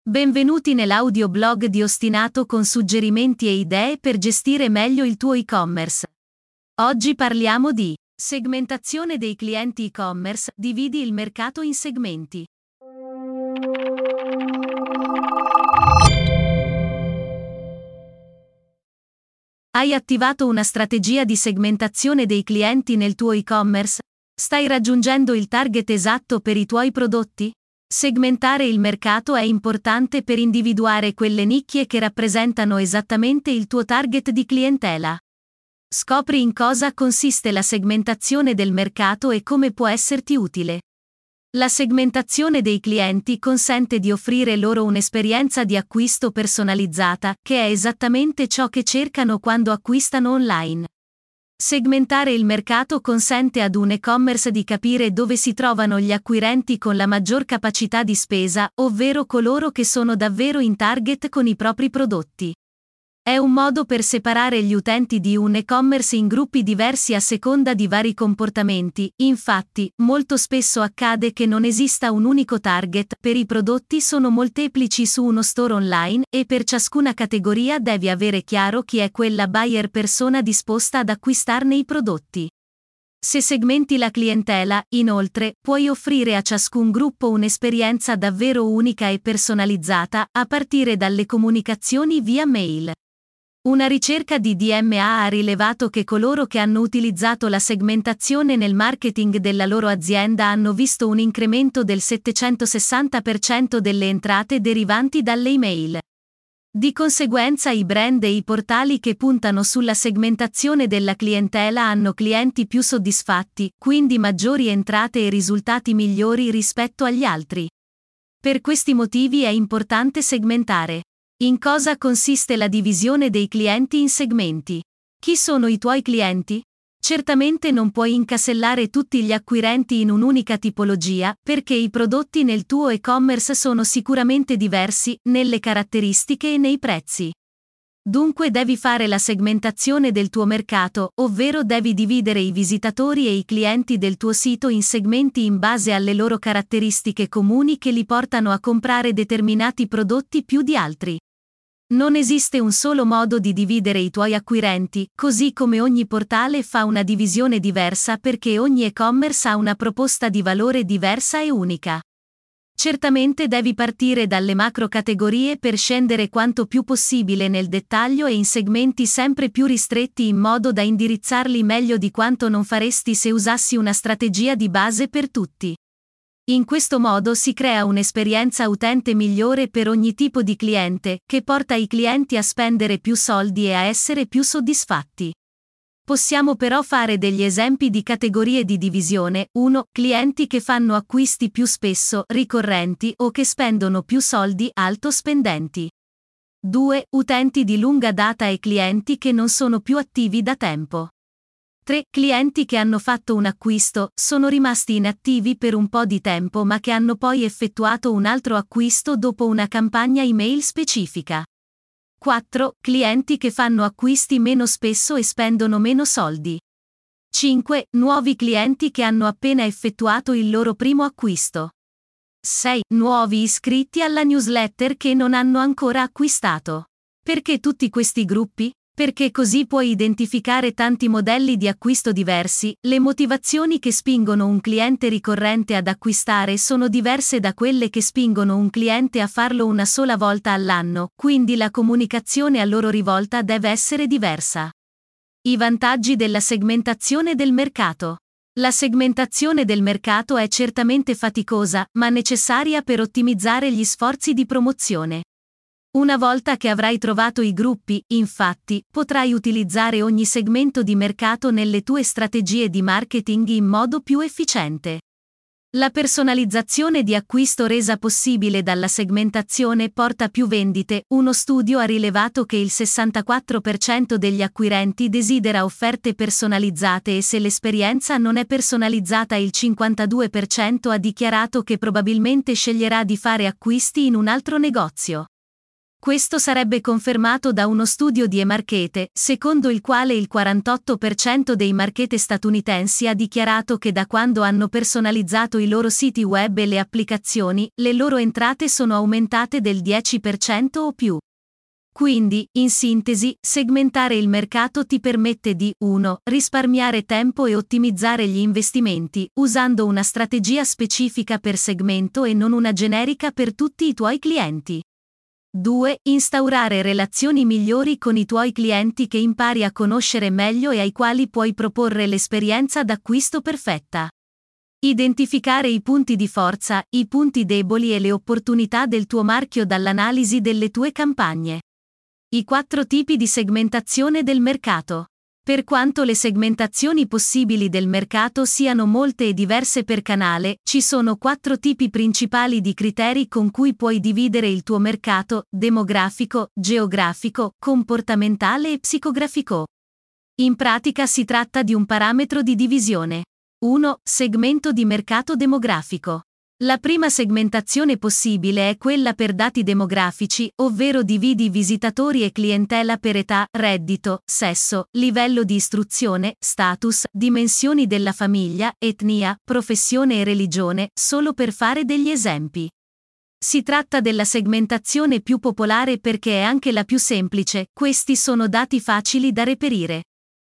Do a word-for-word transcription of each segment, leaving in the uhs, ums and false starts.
Benvenuti nell'audioblog di Ostinato con suggerimenti e idee per gestire meglio il tuo e-commerce. Oggi parliamo di segmentazione dei clienti e-commerce, dividi il mercato in segmenti. Hai attivato una strategia di segmentazione dei clienti nel tuo e-commerce? Stai raggiungendo il target esatto per i tuoi prodotti? Segmentare il mercato è importante per individuare quelle nicchie che rappresentano esattamente il tuo target di clientela. Scopri in cosa consiste la segmentazione del mercato e come può esserti utile. La segmentazione dei clienti consente di offrire loro un'esperienza di acquisto personalizzata, che è esattamente ciò che cercano quando acquistano online. Segmentare il mercato consente ad un e-commerce di capire dove si trovano gli acquirenti con la maggior capacità di spesa, ovvero coloro che sono davvero in target con i propri prodotti. È un modo per separare gli utenti di un e-commerce in gruppi diversi a seconda di vari comportamenti. Infatti, molto spesso accade che non esista un unico target, per i prodotti sono molteplici su uno store online, e per ciascuna categoria devi avere chiaro chi è quella buyer persona disposta ad acquistarne i prodotti. Se segmenti la clientela, inoltre, puoi offrire a ciascun gruppo un'esperienza davvero unica e personalizzata, a partire dalle comunicazioni via mail. Una ricerca di D M A ha rilevato che coloro che hanno utilizzato la segmentazione nel marketing della loro azienda hanno visto un incremento del settecentosessanta per cento delle entrate derivanti dalle email. Di conseguenza i brand e i portali che puntano sulla segmentazione della clientela hanno clienti più soddisfatti, quindi maggiori entrate e risultati migliori rispetto agli altri. Per questi motivi è importante segmentare. In cosa consiste la divisione dei clienti in segmenti? Chi sono i tuoi clienti? Certamente non puoi incasellare tutti gli acquirenti in un'unica tipologia, perché i prodotti nel tuo e-commerce sono sicuramente diversi, nelle caratteristiche e nei prezzi. Dunque devi fare la segmentazione del tuo mercato, ovvero devi dividere i visitatori e i clienti del tuo sito in segmenti in base alle loro caratteristiche comuni che li portano a comprare determinati prodotti più di altri. Non esiste un solo modo di dividere i tuoi acquirenti, così come ogni portale fa una divisione diversa perché ogni e-commerce ha una proposta di valore diversa e unica. Certamente devi partire dalle macro categorie per scendere quanto più possibile nel dettaglio e in segmenti sempre più ristretti in modo da indirizzarli meglio di quanto non faresti se usassi una strategia di base per tutti. In questo modo si crea un'esperienza utente migliore per ogni tipo di cliente, che porta i clienti a spendere più soldi e a essere più soddisfatti. Possiamo però fare degli esempi di categorie di divisione. uno. Clienti che fanno acquisti più spesso, ricorrenti o che spendono più soldi, alto spendenti. due. Utenti di lunga data e clienti che non sono più attivi da tempo. tre. Clienti che hanno fatto un acquisto, sono rimasti inattivi per un po' di tempo ma che hanno poi effettuato un altro acquisto dopo una campagna email specifica. quattro. Clienti che fanno acquisti meno spesso e spendono meno soldi. cinque. Nuovi clienti che hanno appena effettuato il loro primo acquisto. sei. Nuovi iscritti alla newsletter che non hanno ancora acquistato. Perché tutti questi gruppi? Perché così puoi identificare tanti modelli di acquisto diversi. Le motivazioni che spingono un cliente ricorrente ad acquistare sono diverse da quelle che spingono un cliente a farlo una sola volta all'anno, quindi la comunicazione a loro rivolta deve essere diversa. I vantaggi della segmentazione del mercato. La segmentazione del mercato è certamente faticosa, ma necessaria per ottimizzare gli sforzi di promozione. Una volta che avrai trovato i gruppi, infatti, potrai utilizzare ogni segmento di mercato nelle tue strategie di marketing in modo più efficiente. La personalizzazione di acquisto resa possibile dalla segmentazione porta più vendite. Uno studio ha rilevato che il sessantaquattro per cento degli acquirenti desidera offerte personalizzate e se l'esperienza non è personalizzata il cinquantadue per cento ha dichiarato che probabilmente sceglierà di fare acquisti in un altro negozio. Questo sarebbe confermato da uno studio di eMarkete, secondo il quale il quarantotto per cento dei markete statunitensi ha dichiarato che da quando hanno personalizzato i loro siti web e le applicazioni, le loro entrate sono aumentate del dieci per cento o più. Quindi, in sintesi, segmentare il mercato ti permette di uno risparmiare tempo e ottimizzare gli investimenti, usando una strategia specifica per segmento e non una generica per tutti i tuoi clienti. due Instaurare relazioni migliori con i tuoi clienti che impari a conoscere meglio e ai quali puoi proporre l'esperienza d'acquisto perfetta. Identificare i punti di forza, i punti deboli e le opportunità del tuo marchio dall'analisi delle tue campagne. I quattro tipi di segmentazione del mercato. Per quanto le segmentazioni possibili del mercato siano molte e diverse per canale, ci sono quattro tipi principali di criteri con cui puoi dividere il tuo mercato: demografico, geografico, comportamentale e psicografico. In pratica si tratta di un parametro di divisione. uno Segmento di mercato demografico. La prima segmentazione possibile è quella per dati demografici, ovvero dividi visitatori e clientela per età, reddito, sesso, livello di istruzione, status, dimensioni della famiglia, etnia, professione e religione, solo per fare degli esempi. Si tratta della segmentazione più popolare perché è anche la più semplice, questi sono dati facili da reperire.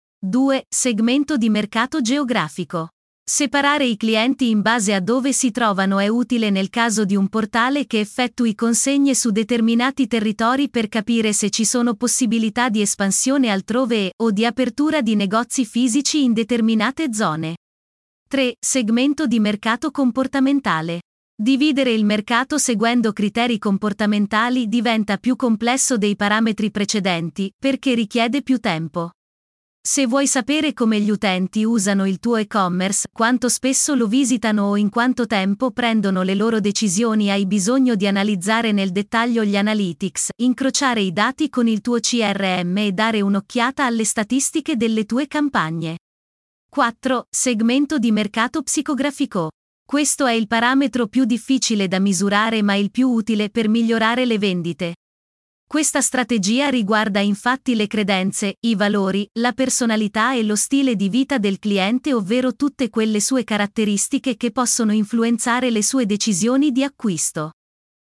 due Segmento di mercato geografico. Separare i clienti in base a dove si trovano è utile nel caso di un portale che effettui consegne su determinati territori per capire se ci sono possibilità di espansione altrove e, o di apertura di negozi fisici in determinate zone. tre Segmento di mercato comportamentale. Dividere il mercato seguendo criteri comportamentali diventa più complesso dei parametri precedenti, perché richiede più tempo. Se vuoi sapere come gli utenti usano il tuo e-commerce, quanto spesso lo visitano o in quanto tempo prendono le loro decisioni, hai bisogno di analizzare nel dettaglio gli analytics, incrociare i dati con il tuo C R M e dare un'occhiata alle statistiche delle tue campagne. quattro Segmento di mercato psicografico. Questo è il parametro più difficile da misurare ma il più utile per migliorare le vendite. Questa strategia riguarda infatti le credenze, i valori, la personalità e lo stile di vita del cliente, ovvero tutte quelle sue caratteristiche che possono influenzare le sue decisioni di acquisto.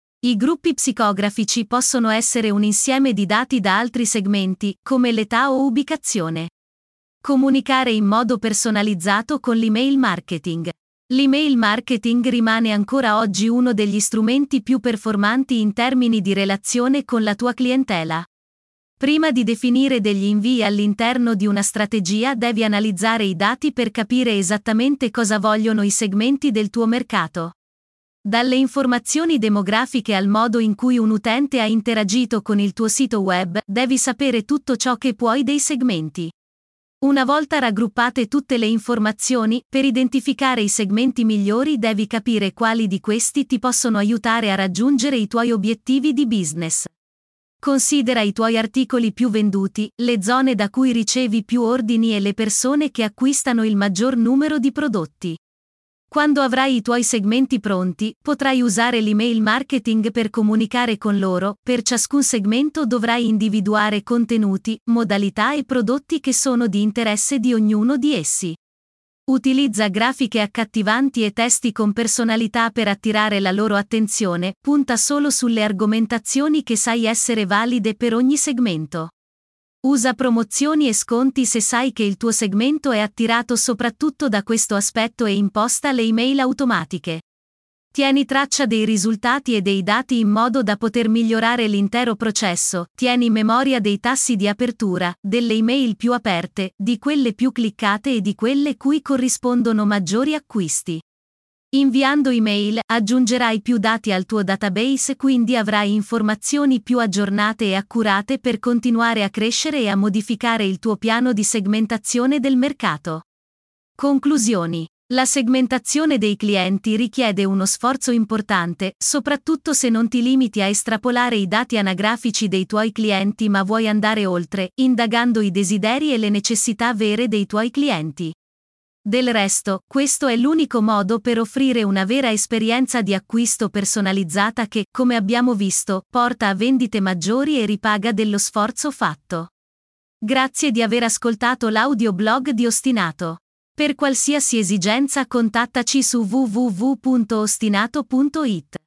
I gruppi psicografici possono essere un insieme di dati da altri segmenti, come l'età o ubicazione. Comunicare in modo personalizzato con l'email marketing. L'email marketing rimane ancora oggi uno degli strumenti più performanti in termini di relazione con la tua clientela. Prima di definire degli invii all'interno di una strategia, devi analizzare i dati per capire esattamente cosa vogliono i segmenti del tuo mercato. Dalle informazioni demografiche al modo in cui un utente ha interagito con il tuo sito web, devi sapere tutto ciò che puoi dei segmenti. Una volta raggruppate tutte le informazioni, per identificare i segmenti migliori devi capire quali di questi ti possono aiutare a raggiungere i tuoi obiettivi di business. Considera i tuoi articoli più venduti, le zone da cui ricevi più ordini e le persone che acquistano il maggior numero di prodotti. Quando avrai i tuoi segmenti pronti, potrai usare l'email marketing per comunicare con loro. Per ciascun segmento dovrai individuare contenuti, modalità e prodotti che sono di interesse di ognuno di essi. Utilizza grafiche accattivanti e testi con personalità per attirare la loro attenzione, punta solo sulle argomentazioni che sai essere valide per ogni segmento. Usa promozioni e sconti se sai che il tuo segmento è attirato soprattutto da questo aspetto e imposta le email automatiche. Tieni traccia dei risultati e dei dati in modo da poter migliorare l'intero processo, tieni memoria dei tassi di apertura, delle email più aperte, di quelle più cliccate e di quelle cui corrispondono maggiori acquisti. Inviando email, aggiungerai più dati al tuo database, quindi avrai informazioni più aggiornate e accurate per continuare a crescere e a modificare il tuo piano di segmentazione del mercato. Conclusioni. La segmentazione dei clienti richiede uno sforzo importante, soprattutto se non ti limiti a estrapolare i dati anagrafici dei tuoi clienti ma vuoi andare oltre, indagando i desideri e le necessità vere dei tuoi clienti. Del resto, questo è l'unico modo per offrire una vera esperienza di acquisto personalizzata che, come abbiamo visto, porta a vendite maggiori e ripaga dello sforzo fatto. Grazie di aver ascoltato l'audioblog di Ostinato. Per qualsiasi esigenza contattaci su w w w punto ostinato punto it.